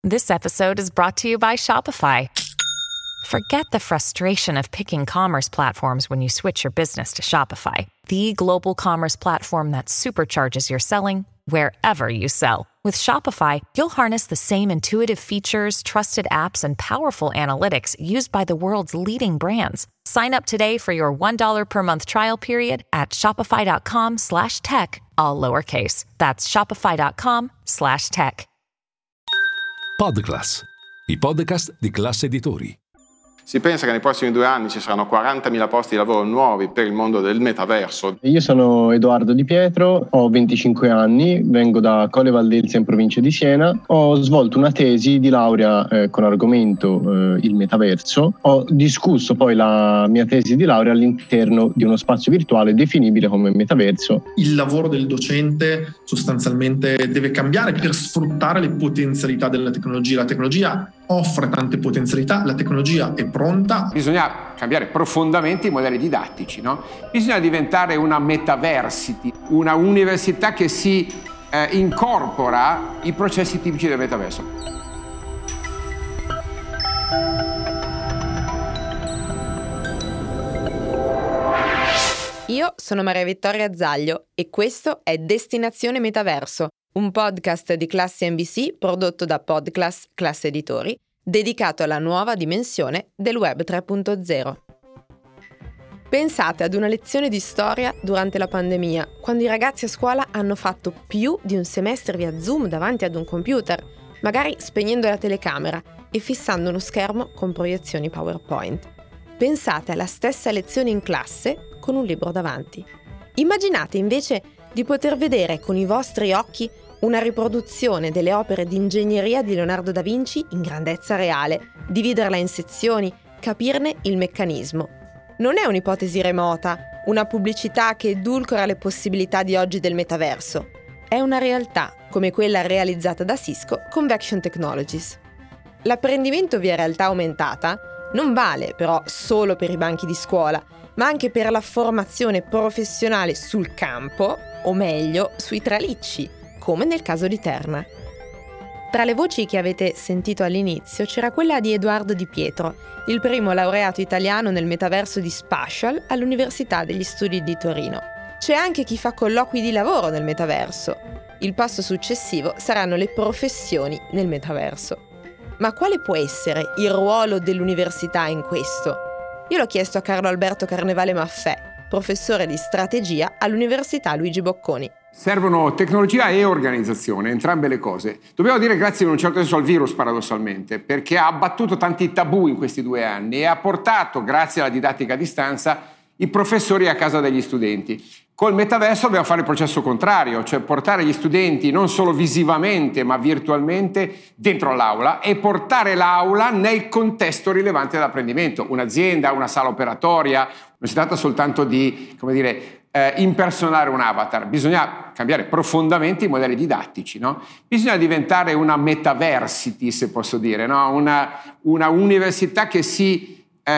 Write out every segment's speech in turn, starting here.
This episode is brought to you by Shopify. Forget the frustration of picking commerce platforms when you switch your business to Shopify, the global commerce platform that supercharges your selling wherever you sell. With Shopify, you'll harness the same intuitive features, trusted apps, and powerful analytics used by the world's leading brands. Sign up today for your $1 per month trial period at shopify.com/tech, all lowercase. That's shopify.com/tech. Podclass, i podcast di Classe Editori. Si pensa che nei prossimi 2 anni ci saranno 40.000 posti di lavoro nuovi per il mondo del metaverso. Io sono Edoardo Di Pietro, ho 25 anni, vengo da Colle Valdelsa in provincia di Siena. Ho svolto una tesi di laurea con argomento il metaverso. Ho discusso poi la mia tesi di laurea all'interno di uno spazio virtuale definibile come metaverso. Il lavoro del docente sostanzialmente deve cambiare per sfruttare le potenzialità della tecnologia. La tecnologia offre tante potenzialità, la tecnologia è pronta. Bisogna cambiare profondamente i modelli didattici, no? Bisogna diventare una metaversity, una università che si incorpora i processi tipici del metaverso. Io sono Maria Vittoria Zaglio e questo è Destinazione Metaverso, un podcast di Classe NBC prodotto da Podclass Classe Editori, dedicato alla nuova dimensione del Web 3.0. Pensate ad una lezione di storia durante la pandemia, quando i ragazzi a scuola hanno fatto più di un semestre via Zoom davanti ad un computer, magari spegnendo la telecamera e fissando uno schermo con proiezioni PowerPoint. Pensate alla stessa lezione in classe con un libro davanti. Immaginate invece di poter vedere con i vostri occhi una riproduzione delle opere di ingegneria di Leonardo da Vinci in grandezza reale, dividerla in sezioni, capirne il meccanismo. Non è un'ipotesi remota, una pubblicità che edulcora le possibilità di oggi del metaverso. È una realtà, come quella realizzata da Cisco Convection Technologies. L'apprendimento via realtà aumentata non vale però solo per i banchi di scuola, ma anche per la formazione professionale sul campo, o meglio, sui tralicci, come nel caso di Terna. Tra le voci che avete sentito all'inizio c'era quella di Edoardo Di Pietro, il primo laureato italiano nel metaverso di Spatial all'Università degli Studi di Torino. C'è anche chi fa colloqui di lavoro nel metaverso. Il passo successivo saranno le professioni nel metaverso. Ma quale può essere il ruolo dell'università in questo? Io l'ho chiesto a Carlo Alberto Carnevale Maffè, professore di strategia all'Università Luigi Bocconi. Servono tecnologia e organizzazione, entrambe le cose. Dobbiamo dire grazie in un certo senso al virus, paradossalmente, perché ha abbattuto tanti tabù in questi 2 anni e ha portato, grazie alla didattica a distanza, i professori a casa degli studenti. Col metaverso dobbiamo fare il processo contrario, cioè portare gli studenti non solo visivamente ma virtualmente dentro l'aula e portare l'aula nel contesto rilevante dell'apprendimento. Un'azienda, una sala operatoria, non si tratta soltanto di, impersonare un avatar, bisogna cambiare profondamente i modelli didattici, no? Bisogna diventare una metaversity, se posso dire, no? Una università che si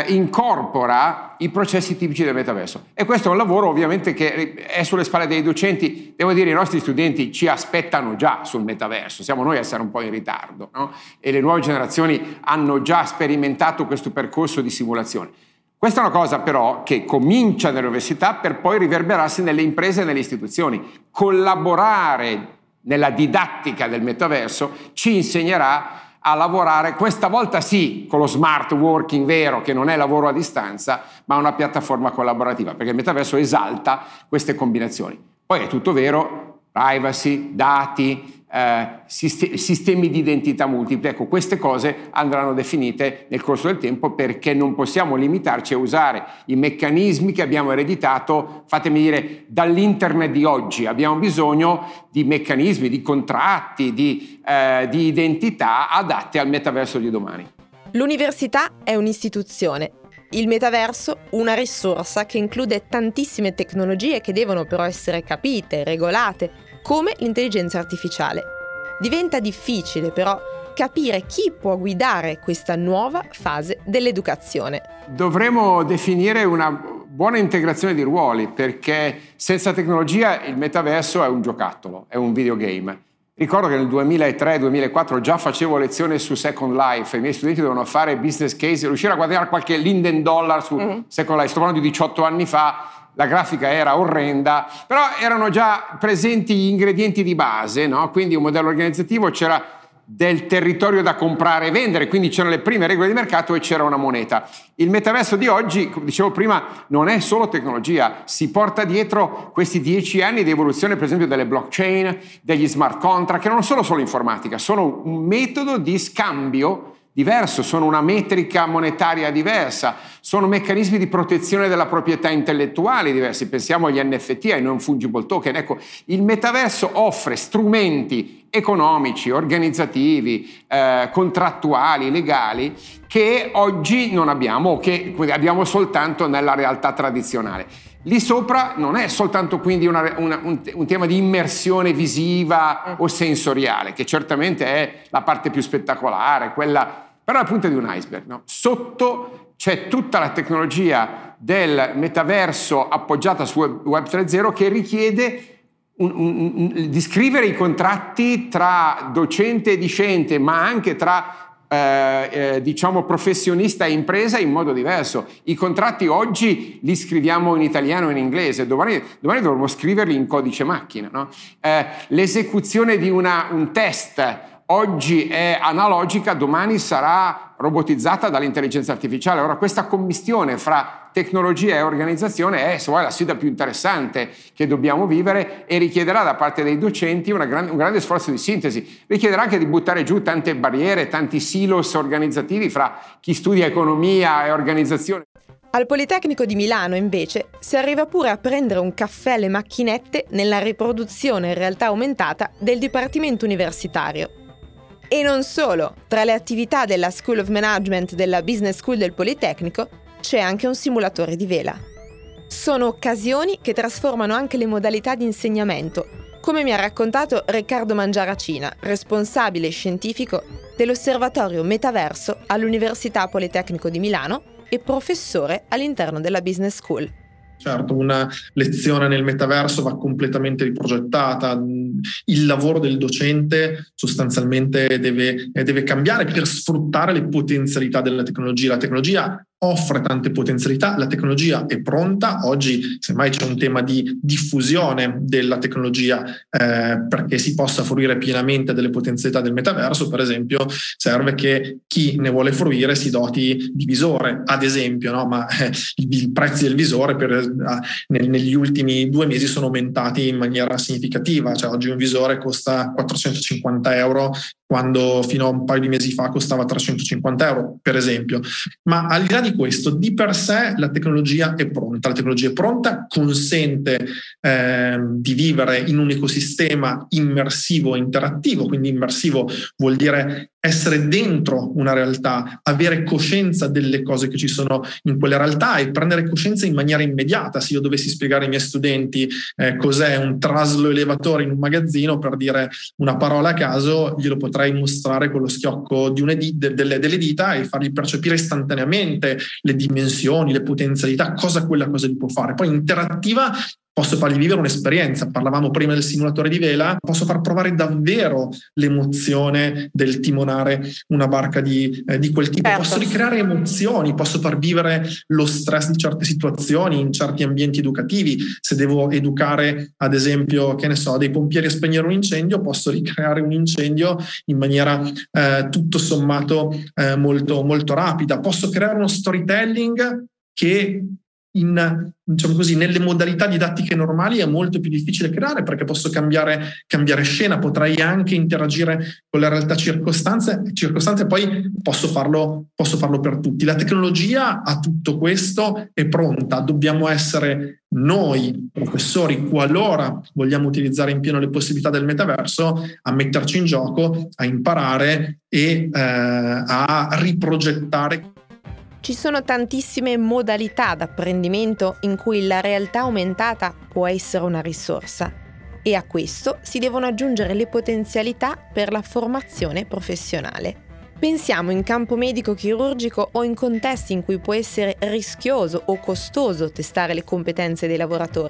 incorpora i processi tipici del metaverso. E questo è un lavoro ovviamente che è sulle spalle dei docenti. Devo dire, i nostri studenti ci aspettano già sul metaverso, siamo noi a essere un po' in ritardo, no? E le nuove generazioni hanno già sperimentato questo percorso di simulazione. Questa è una cosa però che comincia nelle università per poi riverberarsi nelle imprese e nelle istituzioni. Collaborare nella didattica del metaverso ci insegnerà a lavorare, questa volta sì, con lo smart working vero, che non è lavoro a distanza, ma una piattaforma collaborativa, perché il metaverso esalta queste combinazioni. Poi è tutto vero, privacy, dati, sistemi di identità multipli. Ecco, queste cose andranno definite nel corso del tempo, perché non possiamo limitarci a usare i meccanismi che abbiamo ereditato, fatemi dire, dall'internet di oggi. Abbiamo bisogno di meccanismi, di contratti, di identità adatte al metaverso di domani. L'università è un'istituzione. Il metaverso una risorsa che include tantissime tecnologie che devono però essere capite, regolate, come l'intelligenza artificiale. Diventa difficile però capire chi può guidare questa nuova fase dell'educazione. Dovremo definire una buona integrazione di ruoli, perché senza tecnologia il metaverso è un giocattolo, è un videogame. Ricordo che nel 2003-2004 già facevo lezione su Second Life, i miei studenti dovevano fare business case, riuscire a guadagnare qualche Linden dollar su Second Life, sto parlando di 18 anni fa, la grafica era orrenda, però erano già presenti gli ingredienti di base, no? Quindi un modello organizzativo, c'era del territorio da comprare e vendere, quindi c'erano le prime regole di mercato e c'era una moneta. Il metaverso di oggi, come dicevo prima, non è solo tecnologia, si porta dietro questi 10 anni di evoluzione, per esempio, delle blockchain, degli smart contract, che non sono solo informatica, sono un metodo di scambio diverso, sono una metrica monetaria diversa, sono meccanismi di protezione della proprietà intellettuale diversi, pensiamo agli NFT, ai non fungible token. Ecco, il metaverso offre strumenti economici, organizzativi, contrattuali, legali, che oggi non abbiamo o che abbiamo soltanto nella realtà tradizionale. Lì sopra non è soltanto quindi un tema di immersione visiva o sensoriale, che certamente è la parte più spettacolare, quella però è la punta di un iceberg, no? Sotto c'è tutta la tecnologia del metaverso appoggiata su Web 3.0 che richiede di scrivere i contratti tra docente e discente, ma anche tra diciamo professionista e impresa in modo diverso. I contratti oggi li scriviamo in italiano e in inglese, domani dovremo scriverli in codice macchina, no? L'esecuzione di un test oggi è analogica, domani sarà robotizzata dall'intelligenza artificiale. Ora, questa commistione fra tecnologia e organizzazione è, se vuoi, la sfida più interessante che dobbiamo vivere e richiederà da parte dei docenti un grande sforzo di sintesi. Richiederà anche di buttare giù tante barriere, tanti silos organizzativi fra chi studia economia e organizzazione. Al Politecnico di Milano, invece, si arriva pure a prendere un caffè alle macchinette nella riproduzione in realtà aumentata del dipartimento universitario. E non solo, tra le attività della School of Management della Business School del Politecnico c'è anche un simulatore di vela. Sono occasioni che trasformano anche le modalità di insegnamento, come mi ha raccontato Riccardo Mangiaracina, responsabile scientifico dell'Osservatorio Metaverso all'Università Politecnico di Milano e professore all'interno della Business School. Certo, una lezione nel metaverso va completamente riprogettata, il lavoro del docente sostanzialmente deve cambiare per sfruttare le potenzialità della tecnologia. La tecnologia offre tante potenzialità, la tecnologia è pronta, oggi semmai c'è un tema di diffusione della tecnologia perché si possa fruire pienamente delle potenzialità del metaverso. Per esempio serve che chi ne vuole fruire si doti di visore, ad esempio, no? Ma i prezzi del visore negli ultimi 2 mesi sono aumentati in maniera significativa, cioè oggi un visore costa 450 euro quando fino a un paio di mesi fa costava 350 euro, per esempio. Ma al di là di questo, di per sé la tecnologia è pronta. La tecnologia è pronta, consente di vivere in un ecosistema immersivo e interattivo. Quindi immersivo vuol dire essere dentro una realtà, avere coscienza delle cose che ci sono in quella realtà e prendere coscienza in maniera immediata. Se io dovessi spiegare ai miei studenti cos'è un traslo elevatore in un magazzino, per dire una parola a caso, glielo potrei mostrare con lo schiocco di delle dita e fargli percepire istantaneamente le dimensioni, le potenzialità, cosa quella cosa gli può fare. Poi interattiva posso fargli vivere un'esperienza. Parlavamo prima del simulatore di vela, posso far provare davvero l'emozione del timonare una barca di quel tipo. Certo. Posso ricreare emozioni, posso far vivere lo stress di certe situazioni in certi ambienti educativi. Se devo educare, ad esempio, che ne so, dei pompieri a spegnere un incendio, posso ricreare un incendio in maniera tutto sommato molto, molto rapida. Posso creare uno storytelling che diciamo così, nelle modalità didattiche normali è molto più difficile creare, perché posso cambiare scena, potrei anche interagire con la realtà circostanze e poi posso farlo per tutti. La tecnologia a tutto questo è pronta, dobbiamo essere noi professori, qualora vogliamo utilizzare in pieno le possibilità del metaverso, a metterci in gioco, a imparare e a riprogettare. Ci sono tantissime modalità d'apprendimento in cui la realtà aumentata può essere una risorsa e a questo si devono aggiungere le potenzialità per la formazione professionale. Pensiamo in campo medico-chirurgico o in contesti in cui può essere rischioso o costoso testare le competenze dei lavoratori.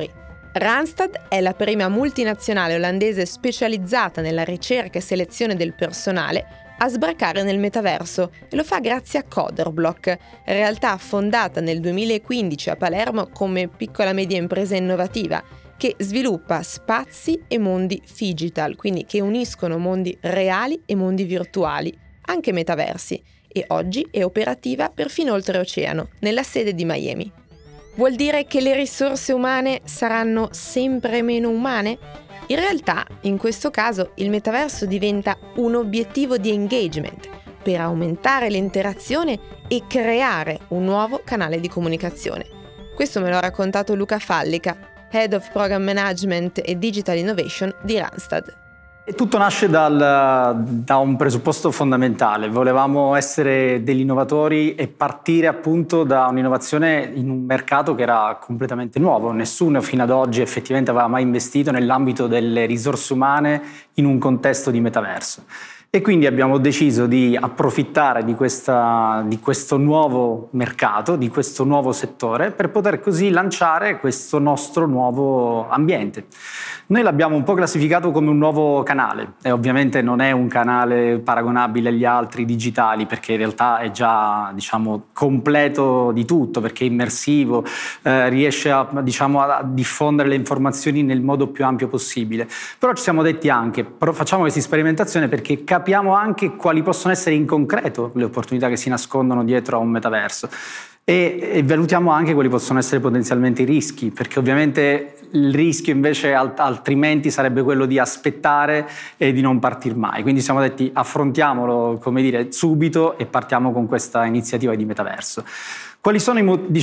Randstad è la prima multinazionale olandese specializzata nella ricerca e selezione del personale a sbarcare nel metaverso e lo fa grazie a Coderblock, realtà fondata nel 2015 a Palermo come piccola media impresa innovativa che sviluppa spazi e mondi phygital, quindi che uniscono mondi reali e mondi virtuali, anche metaversi, e oggi è operativa perfino oltreoceano, nella sede di Miami. Vuol dire che le risorse umane saranno sempre meno umane? In realtà, in questo caso, il metaverso diventa un obiettivo di engagement per aumentare l'interazione e creare un nuovo canale di comunicazione. Questo me lo ha raccontato Luca Fallica, Head of Program Management e Digital Innovation di Randstad. Tutto nasce da un presupposto fondamentale. Volevamo essere degli innovatori e partire appunto da un'innovazione in un mercato che era completamente nuovo. Nessuno fino ad oggi effettivamente aveva mai investito nell'ambito delle risorse umane in un contesto di metaverso. E quindi abbiamo deciso di approfittare di questo nuovo mercato, di questo nuovo settore, per poter così lanciare questo nostro nuovo ambiente. Noi l'abbiamo un po' classificato come un nuovo canale e ovviamente non è un canale paragonabile agli altri digitali perché in realtà è già completo di tutto, perché è immersivo, riesce a diffondere le informazioni nel modo più ampio possibile. Però ci siamo detti anche, facciamo questa sperimentazione perché capiamo anche quali possono essere in concreto le opportunità che si nascondono dietro a un metaverso e valutiamo anche quali possono essere potenzialmente i rischi, perché ovviamente il rischio invece altrimenti sarebbe quello di aspettare e di non partir mai. Quindi siamo detti affrontiamolo subito e partiamo con questa iniziativa di metaverso. Quali sono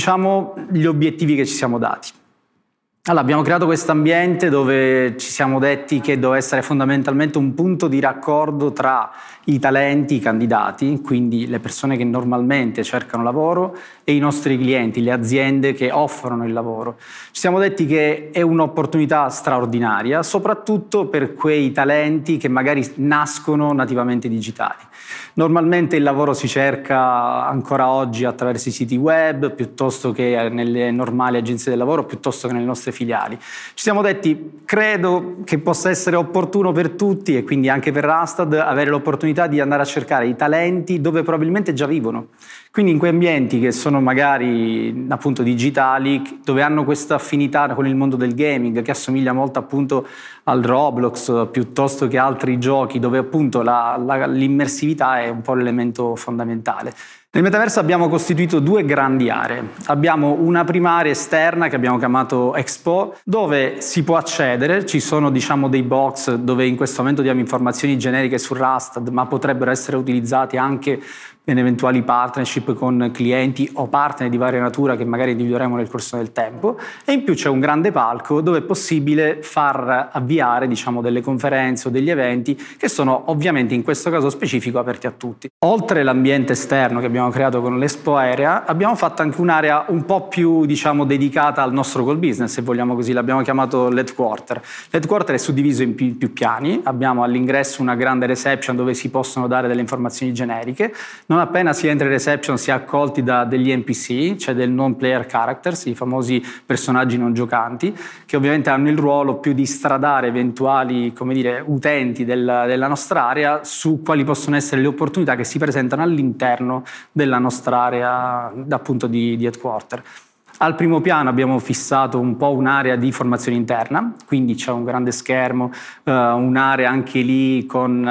gli obiettivi che ci siamo dati? Allora, abbiamo creato questo ambiente dove ci siamo detti che doveva essere fondamentalmente un punto di raccordo tra i talenti, i candidati, quindi le persone che normalmente cercano lavoro, e i nostri clienti, le aziende che offrono il lavoro. Ci siamo detti che è un'opportunità straordinaria, soprattutto per quei talenti che magari nascono nativamente digitali. Normalmente il lavoro si cerca ancora oggi attraverso i siti web, piuttosto che nelle normali agenzie del lavoro, piuttosto che nelle nostre filiali. Ci siamo detti, credo che possa essere opportuno per tutti e quindi anche per Randstad avere l'opportunità di andare a cercare i talenti dove probabilmente già vivono. Quindi in quei ambienti che sono magari appunto digitali, dove hanno questa affinità con il mondo del gaming, che assomiglia molto appunto al Roblox, piuttosto che altri giochi, dove appunto l'immersività è un po' l'elemento fondamentale. Nel metaverso abbiamo costituito due grandi aree. Abbiamo una prima area esterna che abbiamo chiamato Expo, dove si può accedere, ci sono dei box dove in questo momento diamo informazioni generiche su Randstad, ma potrebbero essere utilizzati anche in eventuali partnership con clienti o partner di varia natura che magari individueremo nel corso del tempo, e in più c'è un grande palco dove è possibile far avviare delle conferenze o degli eventi che sono ovviamente in questo caso specifico aperti a tutti. Oltre l'ambiente esterno che abbiamo creato con l'Expo Area, abbiamo fatto anche un'area un po' più dedicata al nostro core business, se vogliamo così, l'abbiamo chiamato l'Headquarter. L'Headquarter è suddiviso in più piani, abbiamo all'ingresso una grande reception dove si possono dare delle informazioni generiche. Non appena si entra in reception si è accolti da degli NPC, cioè del non-player characters, i famosi personaggi non giocanti, che ovviamente hanno il ruolo più di stradare eventuali utenti della nostra area su quali possono essere le opportunità che si presentano all'interno della nostra area appunto di Headquarter. Al primo piano abbiamo fissato un po' un'area di formazione interna, quindi c'è un grande schermo, un'area anche lì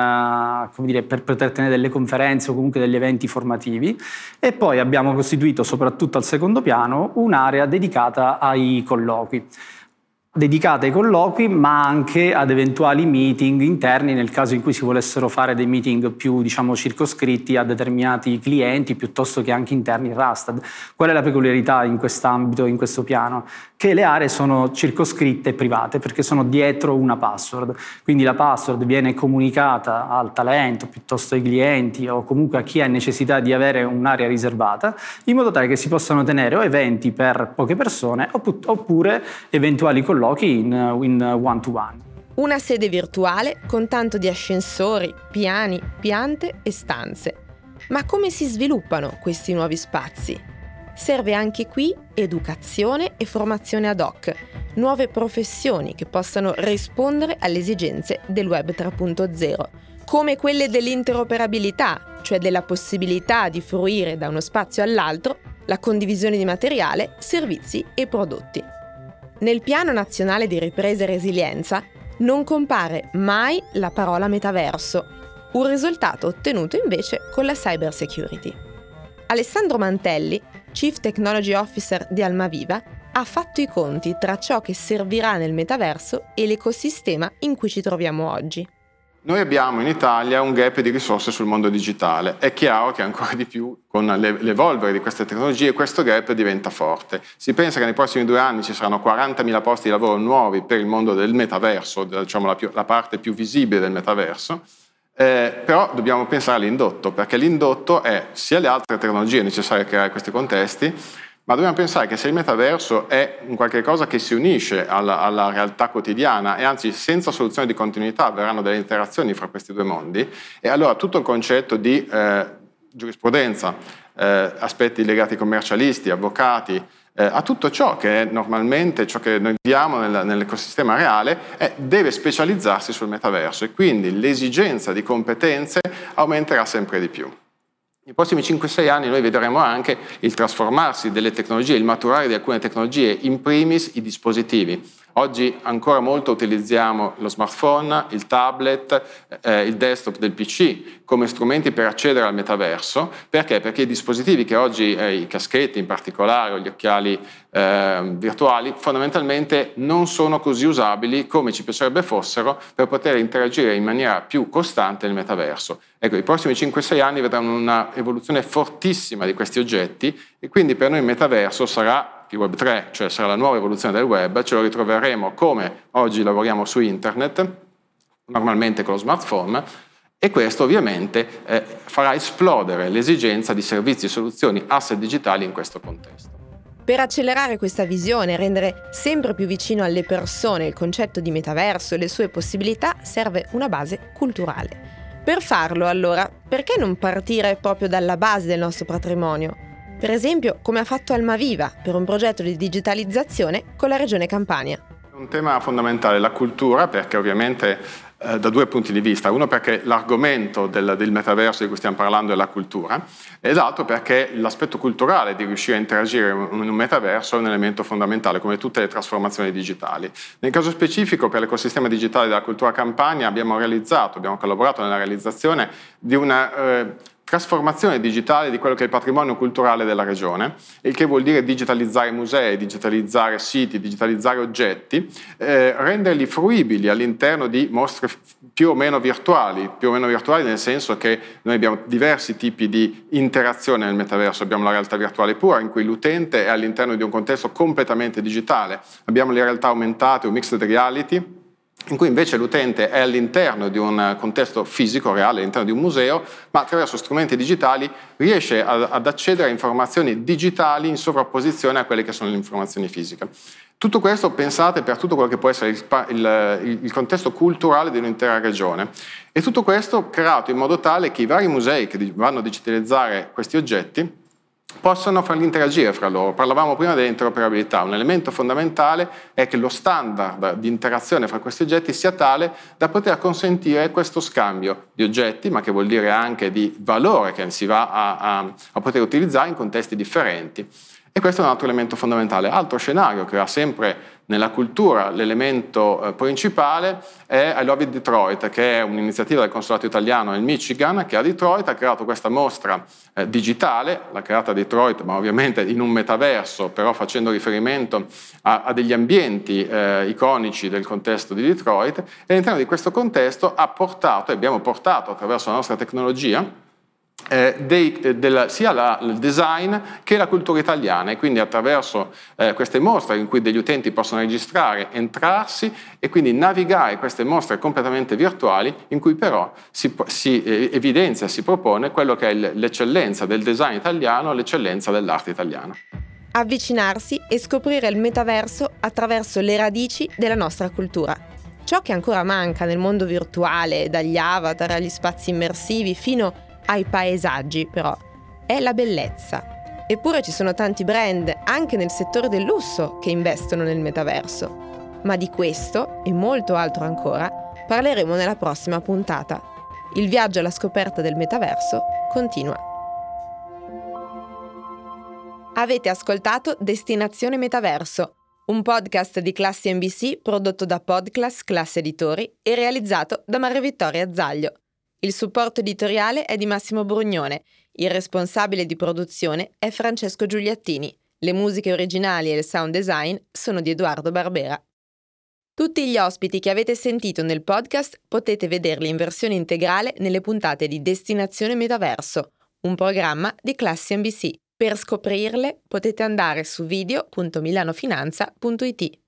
per poter tenere delle conferenze o comunque degli eventi formativi, e poi abbiamo costituito soprattutto al secondo piano un'area dedicata ai colloqui. Ma anche ad eventuali meeting interni nel caso in cui si volessero fare dei meeting più circoscritti a determinati clienti piuttosto che anche interni in Randstad. Qual è la peculiarità in quest'ambito, in questo piano? Che le aree sono circoscritte e private perché sono dietro una password, quindi la password viene comunicata al talento piuttosto ai clienti o comunque a chi ha necessità di avere un'area riservata, in modo tale che si possano tenere o eventi per poche persone oppure eventuali colloqui in one-to-one. Una sede virtuale con tanto di ascensori, piani, piante e stanze. Ma come si sviluppano questi nuovi spazi? serve anche qui educazione e formazione ad hoc, nuove professioni che possano rispondere alle esigenze del Web 3.0, come quelle dell'interoperabilità, cioè della possibilità di fruire da uno spazio all'altro la condivisione di materiale, servizi e prodotti. Nel Piano Nazionale di Ripresa e Resilienza non compare mai la parola metaverso, un risultato ottenuto invece con la cyber security. Alessandro Mantelli, Chief Technology Officer di Almaviva, ha fatto i conti tra ciò che servirà nel metaverso e l'ecosistema in cui ci troviamo oggi. Noi abbiamo in Italia un gap di risorse sul mondo digitale. È chiaro che ancora di più con l'evolvere di queste tecnologie questo gap diventa forte. Si pensa che nei prossimi 2 anni ci saranno 40.000 posti di lavoro nuovi per il mondo del metaverso, diciamo la parte più visibile del metaverso, però dobbiamo pensare all'indotto, perché l'indotto è sia le altre tecnologie necessarie a creare questi contesti, ma dobbiamo pensare che se il metaverso è un qualche cosa che si unisce alla realtà quotidiana e anzi senza soluzione di continuità verranno delle interazioni fra questi due mondi, e allora tutto il concetto di giurisprudenza, aspetti legati ai commercialisti, avvocati, a tutto ciò che è normalmente ciò che noi viviamo nell'ecosistema reale deve specializzarsi sul metaverso, e quindi l'esigenza di competenze aumenterà sempre di più. Nei prossimi 5-6 anni noi vedremo anche il trasformarsi delle tecnologie, il maturare di alcune tecnologie, in primis i dispositivi. Oggi ancora molto utilizziamo lo smartphone, il tablet, il desktop del PC come strumenti per accedere al metaverso. Perché? Perché i dispositivi che oggi, i caschetti in particolare o gli occhiali virtuali, fondamentalmente non sono così usabili come ci piacerebbe fossero per poter interagire in maniera più costante nel metaverso. Ecco, i prossimi 5-6 anni vedranno una evoluzione fortissima di questi oggetti, e quindi per noi il metaverso sarà il Web 3, cioè sarà la nuova evoluzione del web. Ce lo ritroveremo come oggi lavoriamo su internet, normalmente con lo smartphone, e questo ovviamente farà esplodere l'esigenza di servizi, soluzioni, asset digitali in questo contesto. Per accelerare questa visione e rendere sempre più vicino alle persone il concetto di metaverso e le sue possibilità, serve una base culturale. Per farlo, allora, perché non partire proprio dalla base del nostro patrimonio? Per esempio, come ha fatto Almaviva per un progetto di digitalizzazione con la Regione Campania. Un tema fondamentale, la cultura, perché ovviamente da 2 punti di vista. Uno perché l'argomento del metaverso di cui stiamo parlando è la cultura, e l'altro perché l'aspetto culturale di riuscire a interagire in un metaverso è un elemento fondamentale, come tutte le trasformazioni digitali. Nel caso specifico, per l'ecosistema digitale della cultura Campania abbiamo collaborato nella realizzazione di una trasformazione digitale di quello che è il patrimonio culturale della regione, il che vuol dire digitalizzare musei, digitalizzare siti, digitalizzare oggetti, renderli fruibili all'interno di mostre più o meno virtuali nel senso che noi abbiamo diversi tipi di interazione nel metaverso. Abbiamo la realtà virtuale pura, in cui l'utente è all'interno di un contesto completamente digitale, abbiamo le realtà aumentate o mixed reality, in cui invece l'utente è all'interno di un contesto fisico, reale, all'interno di un museo, ma attraverso strumenti digitali riesce ad accedere a informazioni digitali in sovrapposizione a quelle che sono le informazioni fisiche. Tutto questo pensate per tutto quello che può essere il contesto culturale di un'intera regione, e tutto questo creato in modo tale che i vari musei che vanno a digitalizzare questi oggetti possono farli interagire fra loro. Parlavamo prima dell'interoperabilità. Un elemento fondamentale è che lo standard di interazione fra questi oggetti sia tale da poter consentire questo scambio di oggetti, ma che vuol dire anche di valore che si va a poter utilizzare in contesti differenti. E questo è un altro elemento fondamentale. Altro scenario che ha sempre nella cultura l'elemento principale è I Love It Detroit, che è un'iniziativa del Consolato Italiano nel Michigan, che a Detroit ha creato questa mostra digitale, l'ha creata a Detroit, ma ovviamente in un metaverso, però facendo riferimento a degli ambienti iconici del contesto di Detroit, e all'interno di questo contesto abbiamo portato attraverso la nostra tecnologia sia il design che la cultura italiana, e quindi attraverso queste mostre in cui degli utenti possono registrare, entrarsi e quindi navigare queste mostre completamente virtuali, in cui però si evidenzia, si propone quello che è l'eccellenza del design italiano, l'eccellenza dell'arte italiana. Avvicinarsi e scoprire il metaverso attraverso le radici della nostra cultura. Ciò che ancora manca nel mondo virtuale, dagli avatar agli spazi immersivi fino ai paesaggi, però, è la bellezza. Eppure ci sono tanti brand, anche nel settore del lusso, che investono nel metaverso. Ma di questo, e molto altro ancora, parleremo nella prossima puntata. Il viaggio alla scoperta del metaverso continua. Avete ascoltato Destinazione Metaverso, un podcast di Classi NBC prodotto da Podclass Classe Editori e realizzato da Maria Vittoria Zaglio. Il supporto editoriale è di Massimo Brugnone, il responsabile di produzione è Francesco Giuliattini, le musiche originali e il sound design sono di Edoardo Barbera. Tutti gli ospiti che avete sentito nel podcast potete vederli in versione integrale nelle puntate di Destinazione Metaverso, un programma di Classi NBC. Per scoprirle potete andare su video.milanofinanza.it.